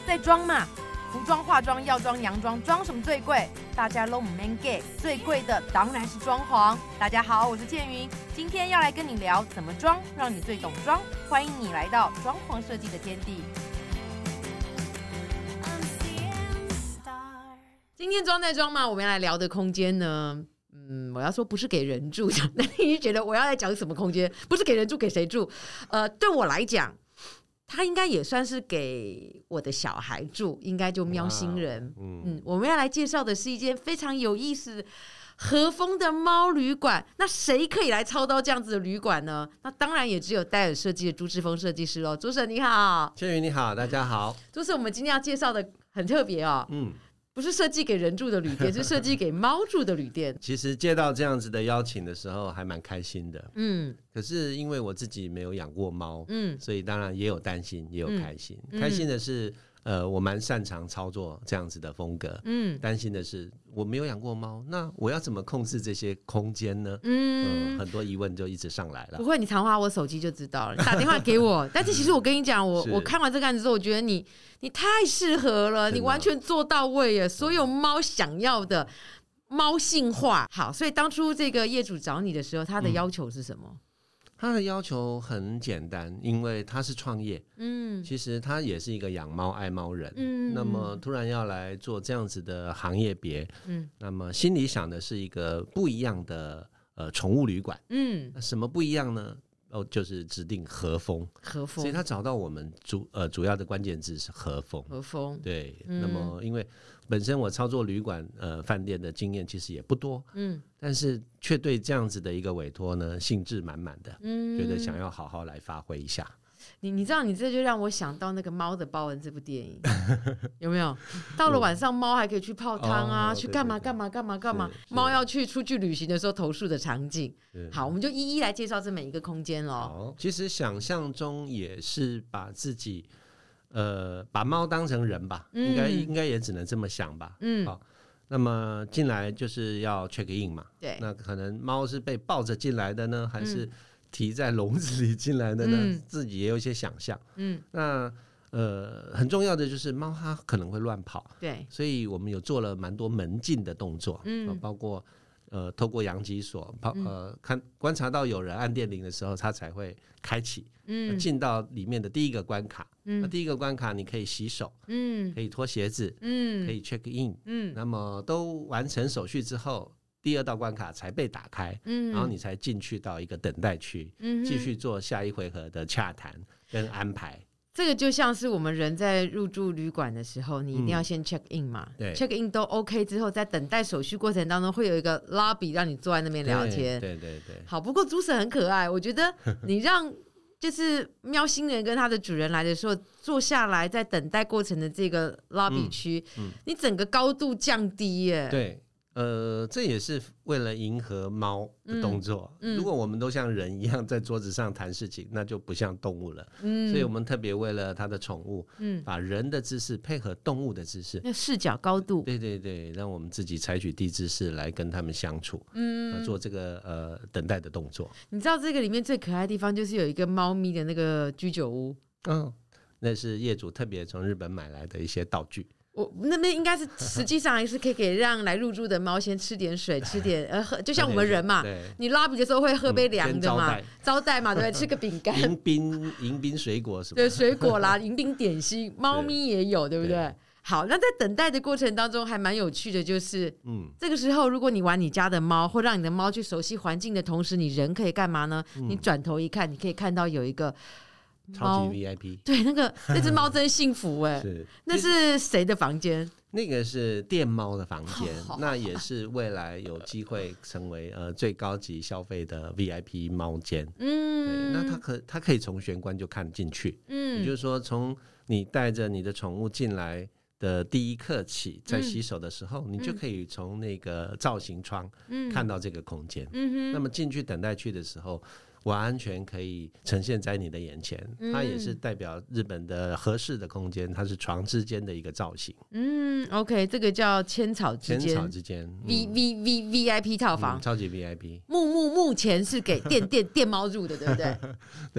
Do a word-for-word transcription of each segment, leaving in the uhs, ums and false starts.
在装嘛，服装、化妆、药妆、洋装，装什么最贵？大家都唔免给，最贵的当然是装潢。大家好，我是建云，今天要来跟你聊怎么装，让你最懂装。欢迎你来到装潢设计的天地。今天装在装嘛，我们要来聊的空间呢，嗯，我要说不是给人住的，那你就觉得我要来讲什么空间？不是给人住，给谁住？呃，对我来讲，他应该也算是给我的小孩住，应该就喵星人。嗯, 嗯，我们要来介绍的是一间非常有意思和风的猫旅馆。那谁可以来操刀这样子的旅馆呢？那当然也只有戴尔设计的朱志峰设计师喽。朱婶你好。 千云你好，大家好。 朱婶，我们今天要介绍的很特别哦。嗯。不是设计给人住的旅店，是设计给猫住的旅店。 其实接到这样子的邀请的时候，还蛮开心的。嗯，可是因为我自己没有养过猫，嗯，所以当然也有担心，也有开心。嗯、开心的是，呃，我蛮擅长操作这样子的风格。嗯，担心的是我没有养过猫，那我要怎么控制这些空间呢？嗯、呃，很多疑问就一直上来了。 不会，你常滑我手机就知道了，你打电话给我。但是其实我跟你讲，我我看完这个案子之后，我觉得你。你太适合了，你完全做到位耶！所有猫想要的猫性化。好，所以当初这个业主找你的时候，他的要求是什么？嗯、 他的要求很简单，因为他是创业，嗯，其实他也是一个养猫爱猫人，嗯，那么突然要来做这样子的行业别，嗯，那么心里想的是一个不一样的呃宠物旅馆，嗯，那什么不一样呢？哦，就是指定和风， 和风， 所以他找到我们主呃主要的关键字是和风， 和风， 对。嗯、那么因为本身我操作旅馆呃饭店的经验其实也不多，嗯，但是却对这样子的一个委托呢兴致满满的，嗯，觉得想要好好来发挥一下。 你你知道，你这就让我想到那个《猫的报恩》这部电影，有没有？到了晚上，猫还可以去泡汤啊，哦、去干嘛干嘛干嘛干嘛。猫要去出去旅行的时候投诉的场景。好，我们就一一来介绍这每一个空间咯。 其实想象中也是把自己，呃，把猫当成人吧，嗯、应该应该也只能这么想吧。嗯，好。那么进来就是要 check in 嘛，对。那可能猫是被抱着进来的呢，还是？嗯提在笼子里进来的呢、嗯，自己也有一些想象。嗯，那呃很重要的就是猫它可能会乱跑，对，所以我们有做了蛮多门禁的动作，嗯，呃、包括呃透过阳极锁，呃看观察到有人按电铃的时候，它才会开启，嗯，进到里面的第一个关卡，嗯，那第一个关卡你可以洗手，嗯，可以脱鞋子，嗯，可以 check in， 嗯，那么都完成手续之后。第二道关卡才被打开、嗯、然后你才进去到一个等待区、嗯、继续做下一回合的洽谈跟安排。 这个就像是我们人在入住旅馆的时候，你一定要先 check in 嘛、嗯、check in 都 OK 之后，在等待手续过程当中会有一个 lobby 让你坐在那边聊天。 对对 对, 对。 好，不过朱婶很可爱，我觉得你让就是喵星人跟他的主人来的时候坐下来，在等待过程的这个 lobby 区、嗯嗯、你整个高度降低耶。 对，呃，这也是为了迎合猫的动作、嗯嗯、如果我们都像人一样在桌子上谈事情，那就不像动物了、嗯、所以我们特别为了它的宠物、嗯、把人的姿势配合动物的姿势， 那视角高度， 对对对，让我们自己采取低姿势来跟他们相处、嗯、做这个呃等待的动作。 你知道这个里面最可爱的地方就是有一个猫咪的那个居酒屋， 嗯，那是业主特别从日本买来的一些道具。 我那边应该是实际上还是可以给让来入住的猫先吃点水，吃点呃喝，就像我们人嘛，你拉比的时候会喝杯凉的嘛，嗯、招待嘛，对不对？吃个饼干、 迎宾、迎宾水果什么， 对，水果啦，迎宾点心，猫咪也有，对不对？对，好，那在等待的过程当中还蛮有趣的，就是嗯，这个时候如果你玩你家的猫，或让你的猫去熟悉环境的同时，你人可以干嘛呢？嗯、你转头一看，你可以看到有一个。 超级 V I P， 对，那个那只猫真幸福哎，是，那是谁的房间？ 那个是电猫的房间，那也是未来有机会成为呃最高级消费的 V I P 猫间。嗯，那它可它可以从玄关就看进去，嗯，也就是说从你带着你的宠物进来的第一刻起，在洗手的时候、嗯、你就可以从那个造型窗看到这个空间。嗯，那么进去等待区的时候。完全可以呈现在你的眼前、嗯、它也是代表日本的合适的空间，它是床之间的一个造型。 嗯 OK， 这个叫千草之间， 千草之间、嗯、 V V V V I P 套房、 嗯、超级 V I P， 目目目前是给电电电猫住的，对不对？ 对，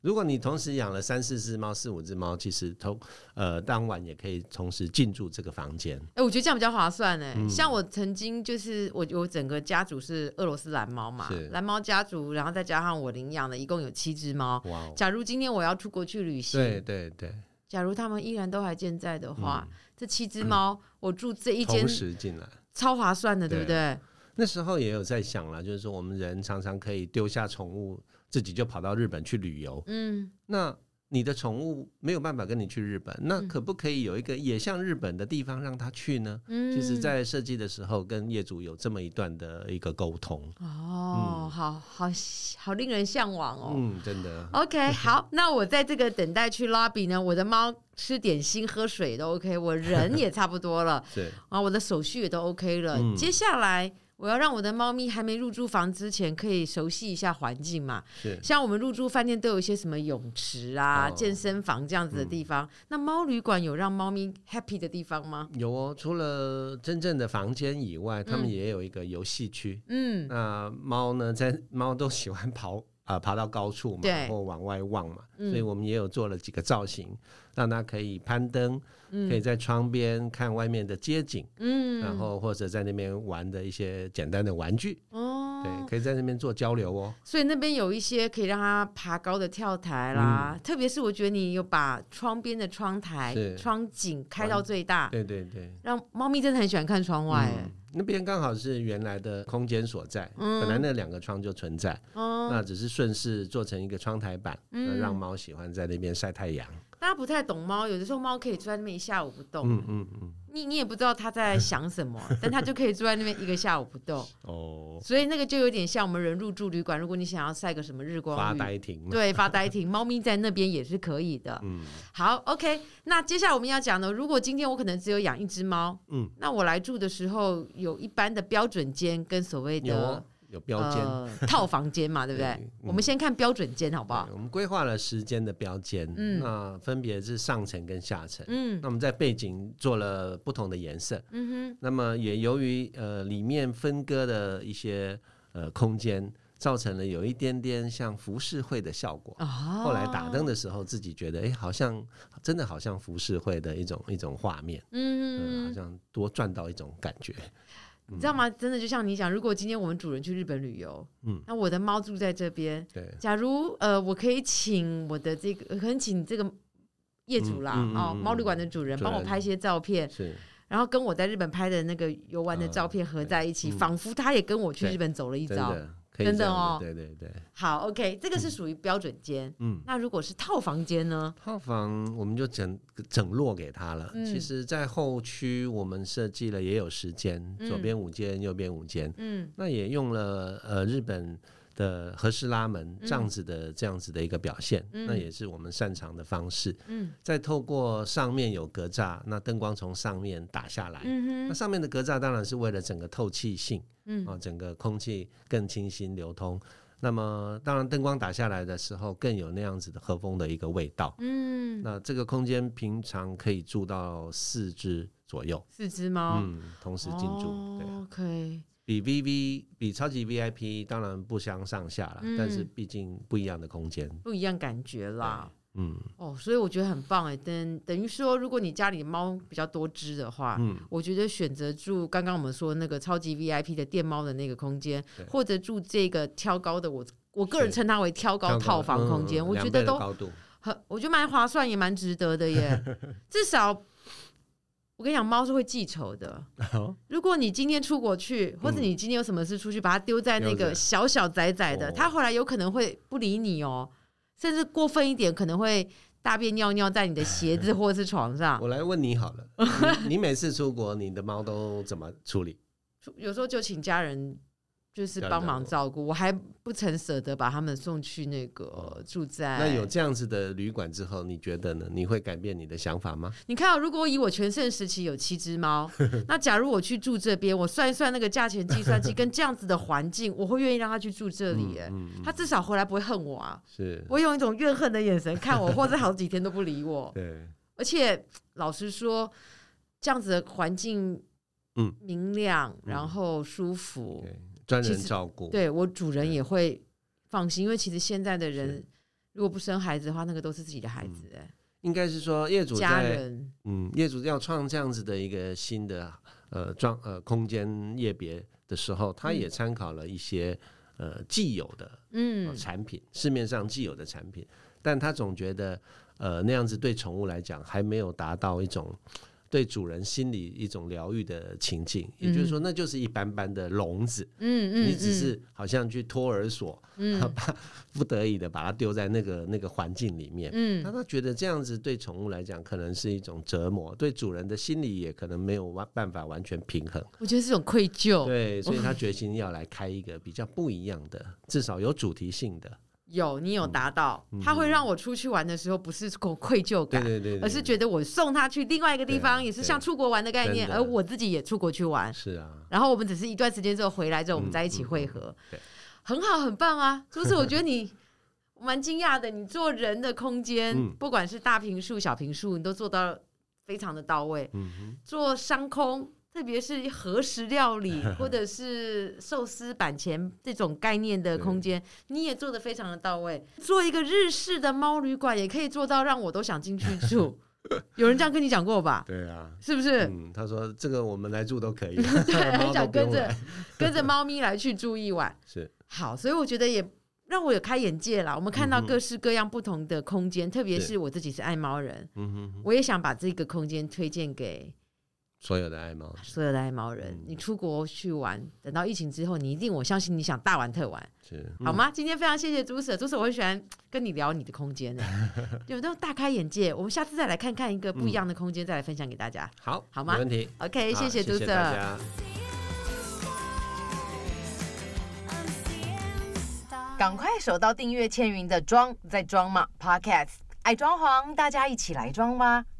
如果你同时养了三四只猫、四五只猫，其实同呃当晚也可以同时进驻这个房间。 哎、欸，我觉得这样比较划算哎、欸嗯。像我曾经就是我我整个家族是俄罗斯蓝猫嘛，蓝猫家族，然后再加上我领养的，一共有七只猫。哇！假如今天我要出国去旅行， 对对对， 假如他们依然都还健在的话，嗯、这七只猫、嗯、我住这一间同时进来， 超划算的，对不对？ 那时候也有在想了，就是说我们人常常可以丢下宠物。自己就跑到日本去旅游，嗯，那你的宠物没有办法跟你去日本，那可不可以有一个也像日本的地方让它去呢？嗯，其实在设计的时候跟业主有这么一段的一个沟通。 哦，嗯、好好好令人向往哦。 嗯，真的。 OK， 好，那我在这个等待去 lobby 呢，我的猫吃点心喝水都 OK， 我人也差不多了， 是啊，我的手续也都 OK 了，嗯、接下来。我要让我的猫咪还没入住房之前可以熟悉一下环境嘛， 是像我们入住饭店都有一些什么泳池啊、哦、健身房这样子的地方、嗯、那猫旅馆有让猫咪 happy 的地方吗？ 有哦，除了真正的房间以外，他们也有一个游戏区。嗯，那猫呢，在猫都喜欢跑啊、呃，爬到高处嘛，或往外望嘛、嗯、所以我们也有做了几个造型，让它可以攀登，嗯、可以在窗边看外面的街景，嗯，然后或者在那边玩的一些简单的玩具，哦，对，可以在那边做交流哦。 所以那边有一些可以让它爬高的跳台啦，嗯、特别是我觉得你有把窗边的窗台、窗景开到最大， 对对对， 让猫咪真的很喜欢看窗外、嗯那边刚好是原来的空间所在、嗯、本来那两个窗就存在、哦、那只是顺势做成一个窗台板、嗯、让猫喜欢在那边晒太阳。 大家不太懂猫，有的时候猫可以坐在那边一下午不动，嗯嗯嗯，你你也不知道它在想什么但它就可以坐在那边一个下午不动哦，所以那个就有点像我们人入住旅馆，如果你想要晒个什么日光浴发呆亭， 对，发呆亭猫咪在那边也是可以的。嗯，好 OK， 那接下来我们要讲的，如果今天我可能只有养一只猫，嗯，那我来住的时候有一般的标准间跟所谓的有标间、 呃、套房间嘛对不对？对、嗯、我们先看标准间好不好？ 我们规划了十间的标间、嗯、那分别是上层跟下层、嗯、那我们在背景做了不同的颜色、嗯、哼，那么也由于、呃、里面分割的一些、呃、空间造成了有一点点像浮世绘的效果、哦、后来打灯的时候自己觉得哎，好像真的好像浮世绘的一种一种画面、嗯呃、好像多赚到一种感觉。 你知道吗？真的就像你讲，如果今天我们主人去日本旅游，嗯，那我的猫住在这边，对，假如呃，我可以请我的这个，可能请这个业主啦，嗯嗯、哦，猫旅馆的主人帮我拍一些照片，是，然后跟我在日本拍的那个游玩的照片合在一起，呃、仿佛他也跟我去日本走了一遭。真的哦， 对对对， 好 ，OK， 这个是属于标准间。嗯，那如果是套房间呢？ 套房我们就整整落给他了。嗯、其实，在后区我们设计了也有十间，嗯、左边五间，右边五间。嗯，那也用了呃日本的和式拉门这样子的、嗯、这样子的一个表现、嗯，那也是我们擅长的方式。嗯，再透过上面有格栅，那灯光从上面打下来。嗯、那上面的格栅当然是为了整个透气性。嗯啊、整个空气更清新流通，那么当然灯光打下来的时候更有那样子的和风的一个味道。嗯，那这个空间平常可以住到四只左右， 四只猫， 嗯，同时进驻。哦、对 ，OK， 比 V V 比超级 V I P 当然不相上下了、嗯，但是毕竟不一样的空间， 不一样感觉啦。嗯，哦，所以我觉得很棒哎，等等于说，如果你家里猫比较多只的话，嗯，我觉得选择住刚刚我们说那个超级 V I P 的电猫的那个空间，或者住这个挑高的，我我个人称它为挑高套房空间、嗯，我觉得都很，我觉得蛮划算，也蛮值得的耶。至少我跟你讲，猫是会记仇的。哦、如果你今天出国去，或者你今天有什么事出去，把它丢在那个小小窄窄的，它、哦、回来有可能会不理你哦。甚至过分一点，可能会大便尿尿在你的鞋子或是床上。 我来问你好了，你, 你每次出国，你的猫都怎么处理？ 有时候就请家人就是帮忙照顾，我还不曾舍得把他们送去那个住在。 那有这样子的旅馆之后，你觉得呢？你会改变你的想法吗？ 你看、哦，如果以我全盛时期有七只猫，那假如我去住这边，我算一算那个价钱计算机跟这样子的环境，我会愿意让他去住这里耶。嗯嗯嗯、他至少回来不会恨我啊，是，我用一种怨恨的眼神看我，或者好几天都不理我。对，而且老实说，这样子的环境，嗯，明亮，然后舒服。 专人照顾， 对我主人也会放心，因为其实现在的人如果不生孩子的话，那个都是自己的孩子、欸嗯、 应该是说业主在家人， 嗯，业主要创这样子的一个新的呃装呃空间业别的时候，他也参考了一些、嗯、呃既有的嗯、呃、产品，市面上既有的产品，但他总觉得呃那样子对宠物来讲还没有达到一种对主人心里一种疗愈的情境，也就是说那就是一般般的笼子，嗯嗯，你只是好像去托儿所，嗯，不得已的把它丢在那个那个环境里面，嗯，他觉得这样子对宠物来讲可能是一种折磨，对主人的心理也可能没有办法完全平衡， 我觉得是种愧疚， 对，所以他决心要来开一个比较不一样的，至少有主题性的。 有，你有达到、嗯、他会让我出去玩的时候不是愧疚感， 对对 对, 对， 而是觉得我送他去另外一个地方，也是像出国玩的概念，而我自己也出国去玩， 是啊， 然后我们只是一段时间之后回来之后我们在一起会合、嗯嗯、很好很棒啊。就是我觉得你蛮惊讶的，你做人的空间、嗯、不管是大坪数小坪数你都做到非常的到位、嗯、做商空特别是和食料理或者是寿司板前这种概念的空间你也做得非常的到位，做一个日式的猫旅馆也可以做到让我都想进去住有人这样跟你讲过吧？ 对啊， 是不是、 嗯、他说这个我们来住都可以对，很想跟着跟着猫咪来去住一晚是好，所以我觉得也让我有开眼界啦，我们看到各式各样不同的空间、嗯、特别是我自己是爱猫人、嗯、我也想把这个空间推荐给所有的爱猫所有的爱猫人、嗯、你出国去玩，等到疫情之后你一定，我相信你想大玩特玩是、 嗯、好吗？今天非常谢谢朱 Sir， 朱 Sir 我很喜欢跟你聊你的空间有那种大开眼界，我们下次再来看看一个不一样的空间、嗯、再来分享给大家， 好好吗？ 没问题 OK 谢谢朱 Sir， 谢谢大家。赶快手到订阅倩云的装在装嘛 Podcast， 爱装潢大家一起来装吗？